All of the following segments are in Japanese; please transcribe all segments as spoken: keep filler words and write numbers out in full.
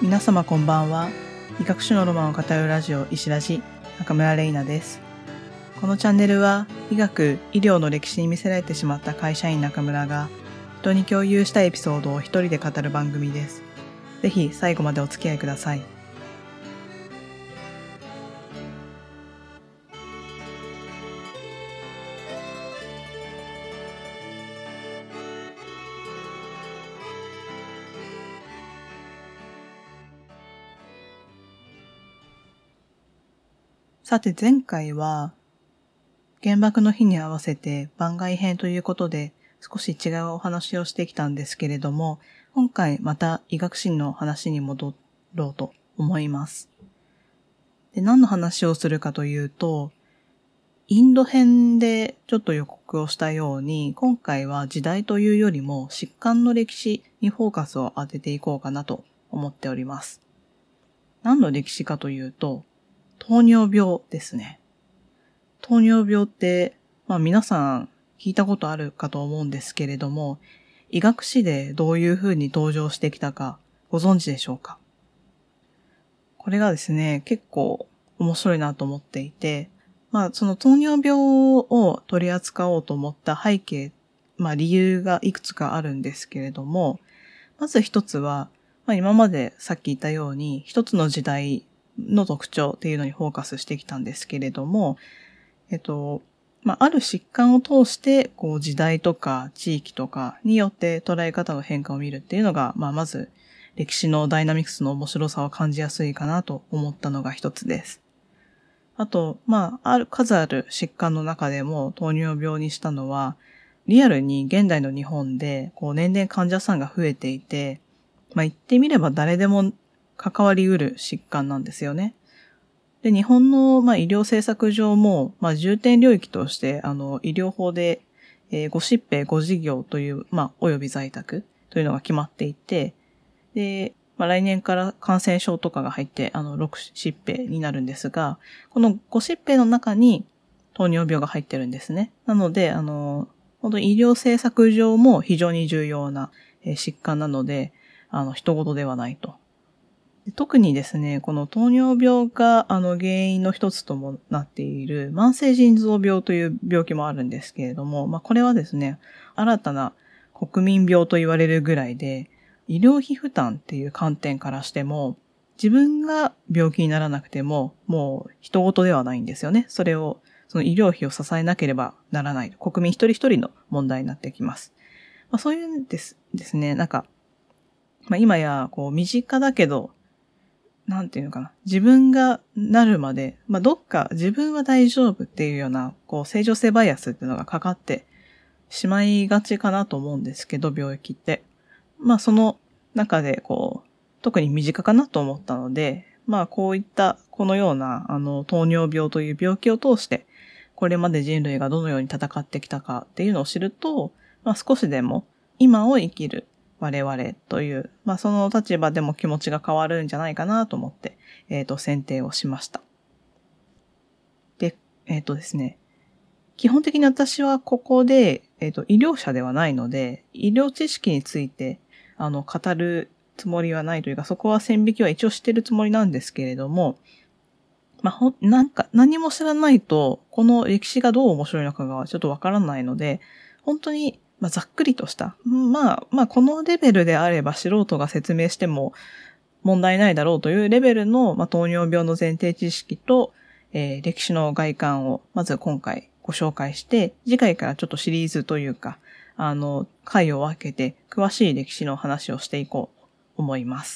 皆様こんばんは。医学書のロマンを語るラジオ医師ラジ中村玲奈です。このチャンネルは医学・医療の歴史に魅せられてしまった会社員中村が人に共有したエピソードを一人で語る番組です。ぜひ最後までお付き合いください。さて前回は原爆の日に合わせて番外編ということで少し違うお話をしてきたんですけれども、今回また医学史の話に戻ろうと思います。で、何の話をするかというと、インド編でちょっと予告をしたように、今回は時代というよりも疾患の歴史にフォーカスを当てていこうかなと思っております。何の歴史かというと、糖尿病ですね。糖尿病って、まあ皆さん聞いたことあるかと思うんですけれども、医学史でどういうふうに登場してきたかご存知でしょうか？これがですね、結構面白いなと思っていて、まあその糖尿病を取り扱おうと思った背景、まあ理由がいくつかあるんですけれども、まず一つは、まあ今までさっき言ったように一つの時代の特徴っていうのにフォーカスしてきたんですけれども、えっと、まあ、ある疾患を通して、こう、時代とか地域とかによって捉え方の変化を見るっていうのが、まあ、まず、歴史のダイナミクスの面白さを感じやすいかなと思ったのが一つです。あと、まあ、ある、数ある疾患の中でも糖尿病にしたのは、リアルに現代の日本で、こう、年々患者さんが増えていて、まあ、言ってみれば誰でも関わりうる疾患なんですよね。で、日本の、まあ、医療政策上も、まあ、重点領域として、あの、医療法で、えー、ご疾病ご事業という、まあ、および在宅というのが決まっていて、で、まあ、来年から感染症とかが入って、あの、ろく疾病になるんですが、このご疾病の中に糖尿病が入ってるんですね。なので、あの、本当に医療政策上も非常に重要な、えー、疾患なので、あの、人事ではないと。特にですね、この糖尿病があの原因の一つともなっている慢性腎臓病という病気もあるんですけれども、まあこれはですね、新たな国民病と言われるぐらいで、医療費負担っていう観点からしても、自分が病気にならなくても、もう人事ではないんですよね。それを、その医療費を支えなければならない。国民一人一人の問題になってきます。まあそういうんですですね、なんか、まあ今やこう身近だけど、なんていうのかな。自分がなるまで、まあ、どっか自分は大丈夫っていうような、こう、正常性バイアスっていうのがかかってしまいがちかなと思うんですけど、病気って。まあ、その中で、こう、特に身近かなと思ったので、まあ、こういった、このような、あの、糖尿病という病気を通して、これまで人類がどのように戦ってきたかっていうのを知ると、まあ、少しでも今を生きる我々という、まあその立場でも気持ちが変わるんじゃないかなと思って、えっと、選定をしました。で、えっとですね、基本的に私はここで、えっと、医療者ではないので、医療知識について、あの、語るつもりはないというか、そこは線引きは一応してるつもりなんですけれども、まあ、ほ、なんか、何も知らないと、この歴史がどう面白いのかがちょっとわからないので、本当に、まあ、ざっくりとした。まあ、まあ、このレベルであれば素人が説明しても問題ないだろうというレベルの、まあ、糖尿病の前提知識と、えー、歴史の外観をまず今回ご紹介して、次回からちょっとシリーズというか、あの、回を分けて詳しい歴史の話をしていこうと思います。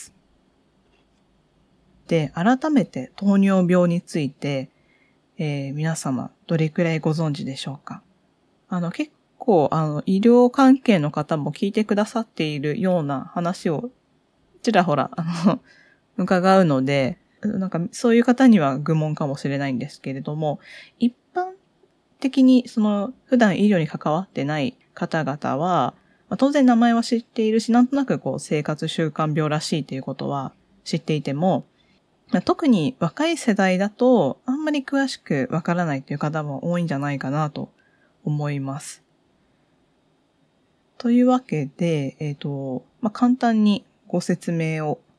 で、改めて糖尿病について、えー、皆様どれくらいご存知でしょうか？あの、結構、あの、医療関係の方も聞いてくださっているような話をちらほら、あの、伺うので、なんかそういう方には愚問かもしれないんですけれども、一般的にその普段医療に関わってない方々は、まあ、当然名前は知っているし、なんとなくこう生活習慣病らしいということは知っていても、まあ、特に若い世代だとあんまり詳しくわからないという方も多いんじゃないかなと思います。というわけで、えっと、まあ、簡単にご説明を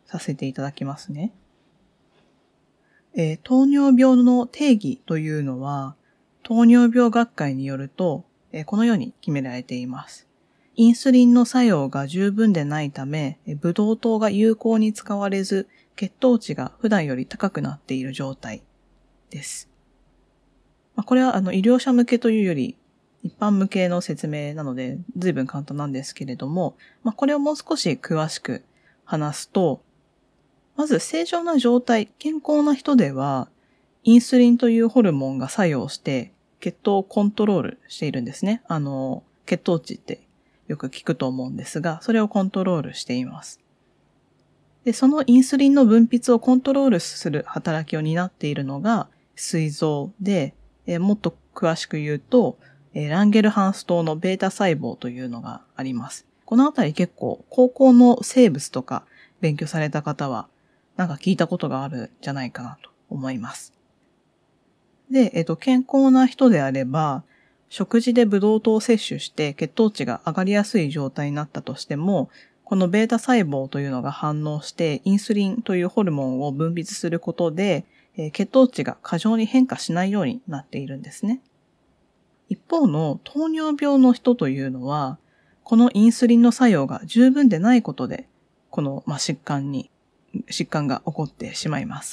させていただきますね。えー、糖尿病の定義というのは、糖尿病学会によると、えー、このように決められています。インスリンの作用が十分でないため、ブドウ糖が有効に使われず、血糖値が普段より高くなっている状態です。まあ、これはあの医療者向けというより、一般向けの説明なので、随分簡単なんですけれども、まあ、これをもう少し詳しく話すと、まず正常な状態、健康な人では、インスリンというホルモンが作用して、血糖をコントロールしているんですね。あの、血糖値ってよく聞くと思うんですが、それをコントロールしています。で、そのインスリンの分泌をコントロールする働きを担っているのが、膵臓で、えもっと詳しく言うと、えランゲルハンス島のベータ細胞というのがあります。このあたり結構、高校の生物とか勉強された方は、なんか聞いたことがあるんじゃないかなと思います。で、えっと、健康な人であれば、食事でブドウ糖を摂取して血糖値が上がりやすい状態になったとしても、このベータ細胞というのが反応してインスリンというホルモンを分泌することで、えー、血糖値が過剰に変化しないようになっているんですね。一方の糖尿病の人というのは、このインスリンの作用が十分でないことで、この、まあ、疾患に、疾患が起こってしまいます。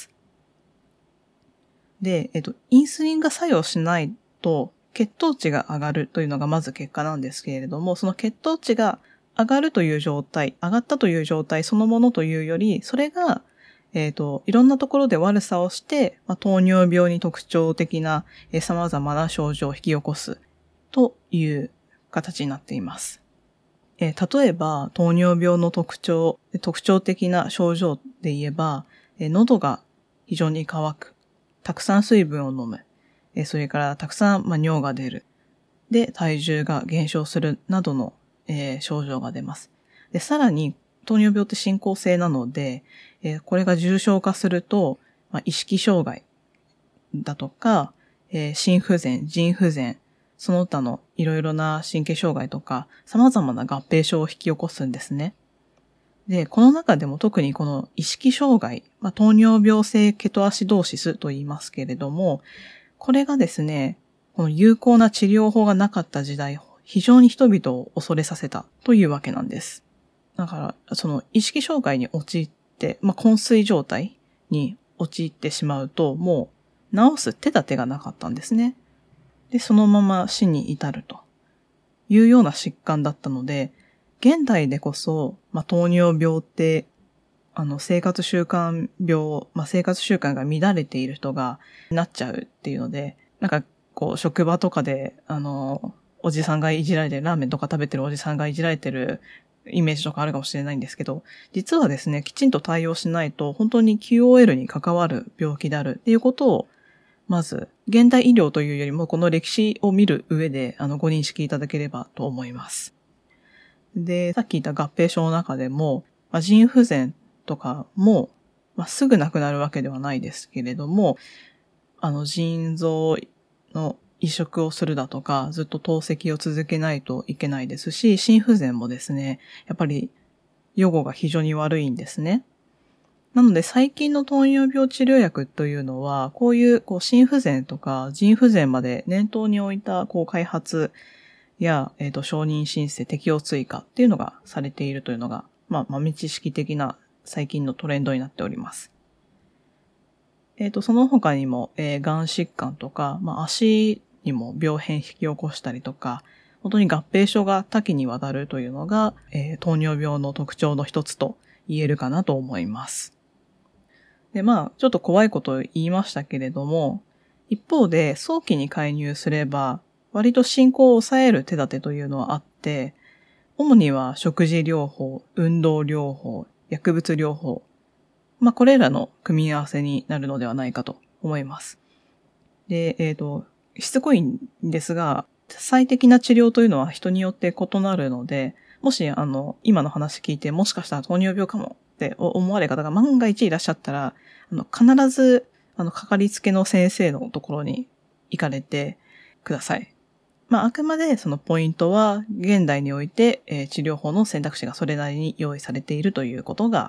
で、えっと、インスリンが作用しないと血糖値が上がるというのがまず結果なんですけれども、その血糖値が上がるという状態、上がったという状態そのものというより、それが、えっと、いろんなところで悪さをして、まあ、糖尿病に特徴的な、えー、様々な症状を引き起こすという形になっています。えー、例えば、糖尿病の特徴、特徴的な症状で言えば、えー、喉が非常に渇く。たくさん水分を飲む。えそれからたくさん、まあ、尿が出る。で、体重が減少するなどの、えー、症状が出ます。で、さらに、糖尿病って進行性なので、えー、これが重症化すると、まあ、意識障害だとか、えー、心不全、腎不全、その他のいろいろな神経障害とか、様々な合併症を引き起こすんですね。で、この中でも特にこの意識障害、まあ、糖尿病性ケトアシドーシスと言いますけれども、これがですね、この有効な治療法がなかった時代、非常に人々を恐れさせたというわけなんです。だから、その意識障害に陥って、まあ、昏睡状態に陥ってしまうと、もう治す手立てがなかったんですね。で、そのまま死に至るというような疾患だったので、現代でこそ、まあ、糖尿病って、あの、生活習慣病、まあ、生活習慣が乱れている人がなっちゃうっていうので、なんか、こう、職場とかで、あの、おじさんがいじられてる、ラーメンとか食べてるおじさんがいじられてるイメージとかあるかもしれないんですけど、実はですね、きちんと対応しないと、本当に キューオーエル に関わる病気であるっていうことを、まず、現代医療というよりも、この歴史を見る上で、あの、ご認識いただければと思います。で、さっき言った合併症の中でも、まあ、腎不全とかも、まあ、すぐなくなるわけではないですけれども、あの、腎臓の移植をするだとか、ずっと透析を続けないといけないですし、心不全もですね、やっぱり予後が非常に悪いんですね。なので最近の糖尿病治療薬というのは、こういうこう心不全とか腎不全まで念頭に置いたこう開発や、えっと、承認申請、適用追加っていうのがされているというのが、まあ、豆知識的な最近のトレンドになっております。えっと、その他にも、えー、がん疾患とか、まあ、足にも病変引き起こしたりとか、本当に合併症が多岐にわたるというのが、えー、糖尿病の特徴の一つと言えるかなと思います。で、まあ、ちょっと怖いことを言いましたけれども、一方で早期に介入すれば、割と進行を抑える手立てというのはあって、主には食事療法、運動療法、薬物療法、まあこれらの組み合わせになるのではないかと思います。で、えっと、しつこいんですが、最適な治療というのは人によって異なるので、もしあの、今の話聞いてもしかしたら糖尿病かもって思われる方が万が一いらっしゃったら、あの、必ず、あの、かかりつけの先生のところに行かれてください。まあ、あくまでそのポイントは、現代において、えー、治療法の選択肢がそれなりに用意されているということが、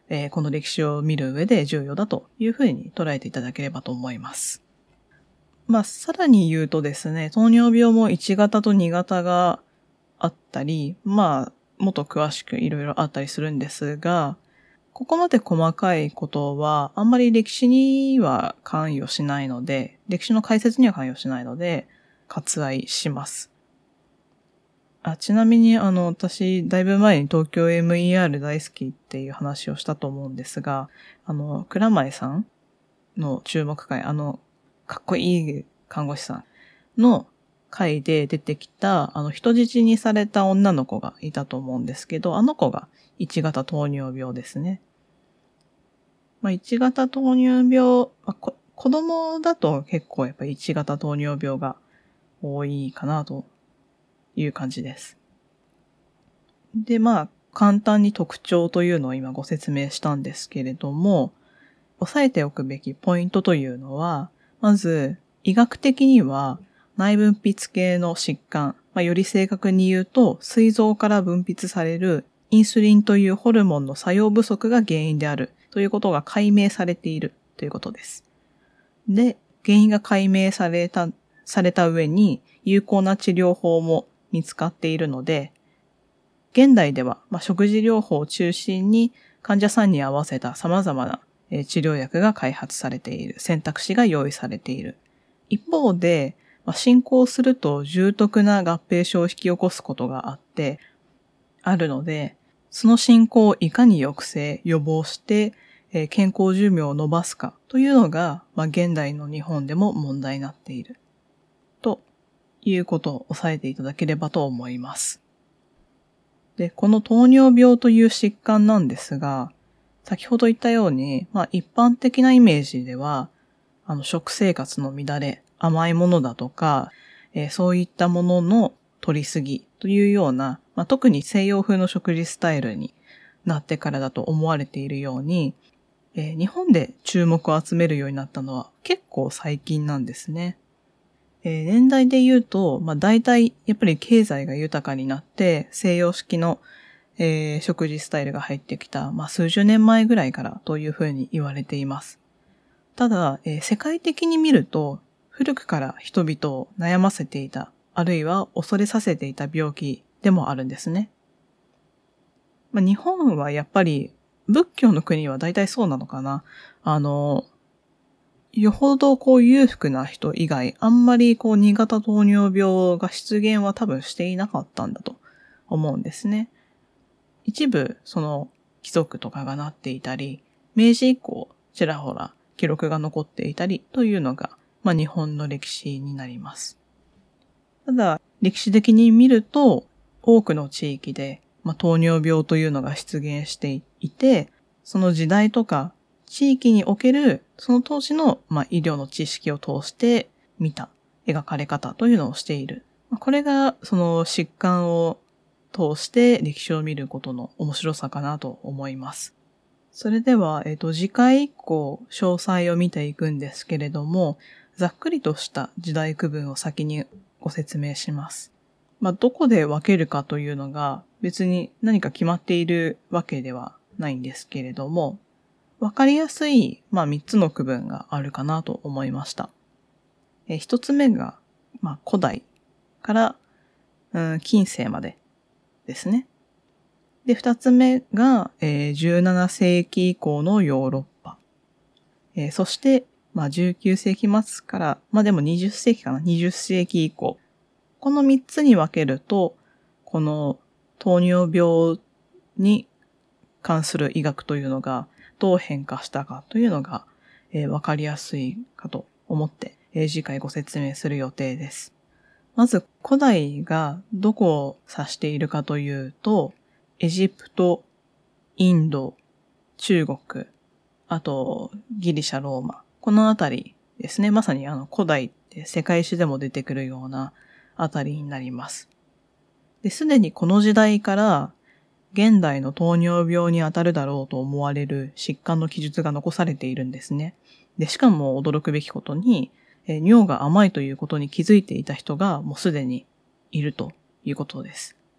えー、この歴史を見る上で重要だというふうに捉えていただければと思います。まあ、さらに言うとですね、糖尿病もいち型とに型があったり、まあ、もっと詳しくいろいろあったりするんですが、ここまで細かいことは、あんまり歴史には関与しないので、歴史の解説には関与しないので、割愛します。あ、ちなみに、あの、私、だいぶ前に東京 エムイーアール 大好きっていう話をしたと思うんですが、あの、蔵前さんの注目回、あの、かっこいい看護師さんの回で出てきた、あの、人質にされた女の子がいたと思うんですけど、あの子がいち型糖尿病ですね。まあ、いち型糖尿病、まあ、こ子供だと結構やっぱりいち型糖尿病が多いかなという感じです。で、まあ、簡単に特徴というのを今ご説明したんですけれども、押さえておくべきポイントというのは、まず、医学的には内分泌系の疾患、まあ、より正確に言うと、膵臓から分泌されるインスリンというホルモンの作用不足が原因であるということが解明されているということです。で、原因が解明された、された上に有効な治療法も見つかっているので、現代では、まあ、食事療法を中心に患者さんに合わせた様々な治療薬が開発されている、選択肢が用意されている。一方で、まあ、進行すると重篤な合併症を引き起こすことがあって、あるので、その進行をいかに抑制、予防して、えー、健康寿命を伸ばすかというのが、まあ、現代の日本でも問題になっている。ということを押さえていただければと思います。で、この糖尿病という疾患なんですが、先ほど言ったように、まあ一般的なイメージでは、あの食生活の乱れ、甘いものだとか、えー、そういったものの取りすぎというような、まあ、特に西洋風の食事スタイルになってからだと思われているように、えー、日本で注目を集めるようになったのは結構最近なんですね。えー、年代で言うと、まあ大体やっぱり経済が豊かになって西洋式の、えー、食事スタイルが入ってきた、まあ数十年前ぐらいからというふうに言われています。ただ、えー、世界的に見ると古くから人々を悩ませていた、あるいは恐れさせていた病気でもあるんですね。まあ、日本はやっぱり仏教の国は大体そうなのかな。あの、よほどこう裕福な人以外、あんまりこうに型糖尿病が出現は多分していなかったんだと思うんですね。一部その貴族とかがなっていたり、明治以降ちらほら記録が残っていたりというのが、まあ日本の歴史になります。ただ、歴史的に見ると多くの地域で、まあ、糖尿病というのが出現していて、その時代とか地域におけるその当時の、まあ、医療の知識を通して見た描かれ方というのをしている。これがその疾患を通して歴史を見ることの面白さかなと思います。それでは、えっと、次回以降詳細を見ていくんですけれども、ざっくりとした時代区分を先にご説明します。まあ、どこで分けるかというのが別に何か決まっているわけではないんですけれども、わかりやすい、まあ、三つの区分があるかなと思いました。え、一つ目が、まあ、古代から、うん、近世までですね。で、二つ目が、えー、じゅうなな世紀以降のヨーロッパ。えー、そして、まあ、じゅうきゅう世紀末から、まあでもにじゅっ世紀かな、にじゅっ世紀以降。この三つに分けると、この糖尿病に関する医学というのがどう変化したかというのが、えー、分かりやすいかと思って、えー、次回ご説明する予定です。まず古代がどこを指しているかというと、エジプト、インド、中国、あとギリシャ、ローマ、このあたりですね。まさにあの古代って世界史でも出てくるようなあたりになります。で、すでにこの時代から現代の糖尿病に当たるだろうと思われる疾患の記述が残されているんですね。で、しかも驚くべきことに、えー、尿が甘いということに気づいていた人がもうすでにいるということです。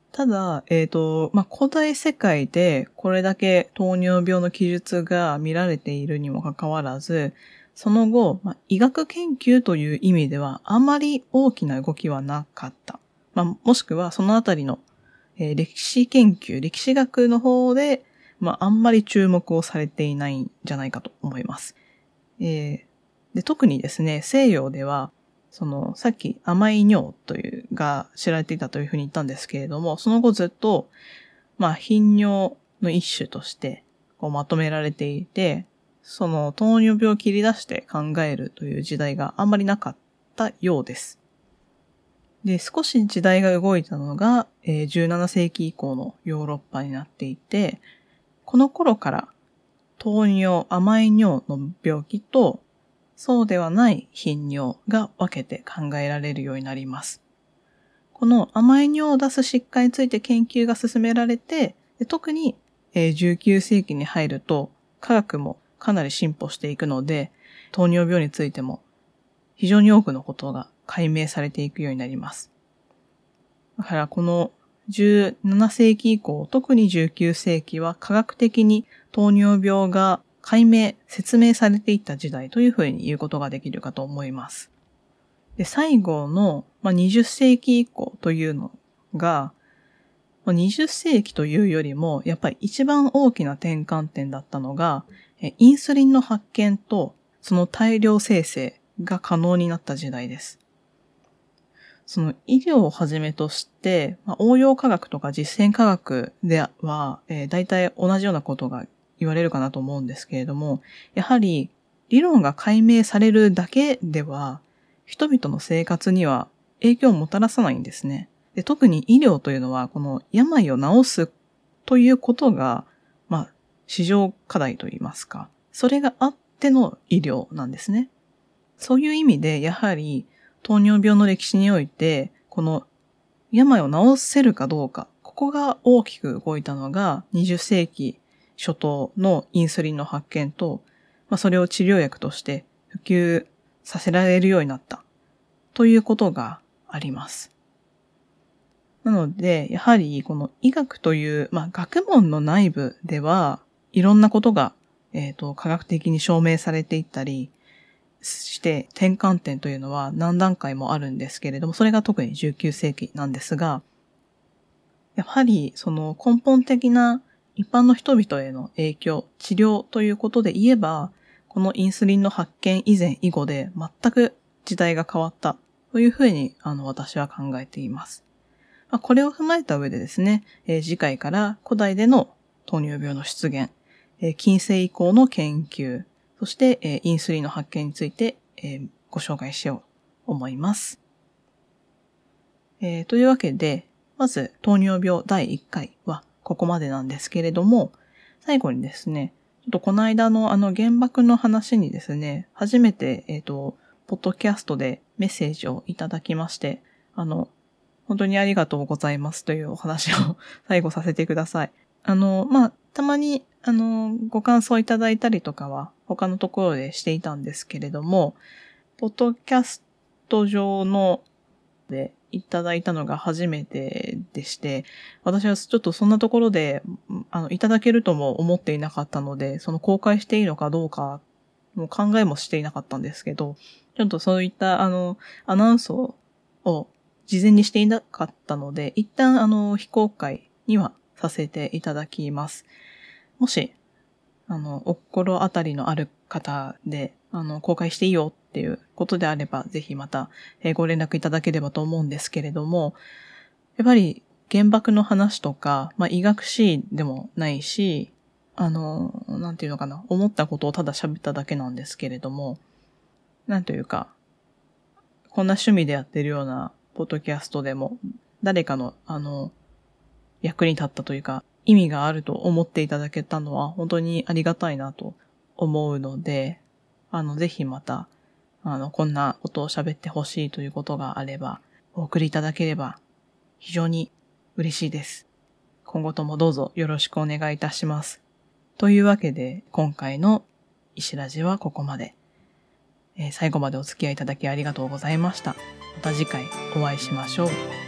ただ、えっと、まあ、古代世界でこれだけ糖尿病の記述が見られているにもかかわらず、その後、まあ、医学研究という意味ではあまり大きな動きはなかった。まあ、もしくはそのあたりの、えー歴史研究、歴史学の方で、まあ、あんまり注目をされていないんじゃないかと思います。えーで特にですね、西洋では、その、さっき甘い尿という、が知られていたというふうに言ったんですけれども、その後ずっと、まあ、頻尿の一種として、こうまとめられていて、その糖尿病を切り出して考えるという時代があんまりなかったようです。で、少し時代が動いたのが、えーじゅうななせいき以降のヨーロッパになっていて、この頃から糖尿、甘い尿の病気と、そうではない頻尿が分けて考えられるようになります。この甘い尿を出す疾患について研究が進められて、特にじゅうきゅうせいきに入ると科学もかなり進歩していくので、糖尿病についても非常に多くのことが解明されていくようになります。だからこのじゅうななせいき以降、特にじゅうきゅうせいきは科学的に糖尿病が解明、説明されていった時代というふうに言うことができるかと思います。で、最後の、まあ、にじゅっせいき以降というのが、まあ、にじゅっせいきというよりも、やっぱり一番大きな転換点だったのが、インスリンの発見とその大量生成が可能になった時代です。その医療をはじめとして、まあ、応用科学とか実践科学では、えー、大体同じようなことが言われるかなと思うんですけれども、やはり理論が解明されるだけでは、人々の生活には影響をもたらさないんですね。で、特に医療というのは、この病を治すということが、まあ、市場課題といいますか、それがあっての医療なんですね。そういう意味で、やはり、糖尿病の歴史において、この病を治せるかどうか、ここが大きく動いたのがにじゅっせいき初頭のインスリンの発見と、まあ、それを治療薬として普及させられるようになったということがあります。なので、やはりこの医学という、まあ、学問の内部ではいろんなことが、えっと、科学的に証明されていったり、して転換点というのは何段階もあるんですけれども、それが特にじゅうきゅうせいきなんですが、やはりその根本的な一般の人々への影響、治療ということで言えば、このインスリンの発見以前以後で全く時代が変わったというふうにあの私は考えています。まあ、これを踏まえた上でですね、えー、次回から古代での糖尿病の出現、えー、近世以降の研究、そして、えー、インスリンの発見について、えー、ご紹介しようと思います。えー、というわけで、まず糖尿病だいいっかいはここまでなんですけれども、最後にですね、ちょっとこの間のあの原爆の話にですね、初めて、えっと、ポッドキャストでメッセージをいただきまして、あの、本当にありがとうございますというお話を最後させてください。あの、まあ、たまに、あの、ご感想いただいたりとかは他のところでしていたんですけれども、ポッドキャスト上のでいただいたのが初めてでして、私はちょっとそんなところで、あの、いただけるとも思っていなかったので、その公開していいのかどうか、もう考えもしていなかったんですけど、ちょっとそういった、あの、アナウンスを事前にしていなかったので、一旦、あの、非公開にはさせていただきます。もし、あの、お心当たりのある方で、あの、公開していいよっていうことであれば、ぜひまた、えー、ご連絡いただければと思うんですけれども、やっぱり原爆の話とか、まあ、医学史でもないし、あの、なんていうのかな、思ったことをただ喋っただけなんですけれども、なんというか、こんな趣味でやってるようなポッドキャストでも、誰かの、あの、役に立ったというか、意味があると思っていただけたのは本当にありがたいなと思うので、あの、ぜひまた、あの、こんなことを喋ってほしいということがあれば、お送りいただければ、非常に嬉しいです。今後ともどうぞよろしくお願いいたします。というわけで、今回の石ラジはここまで。えー、最後までお付き合いいただきありがとうございました。また次回お会いしましょう。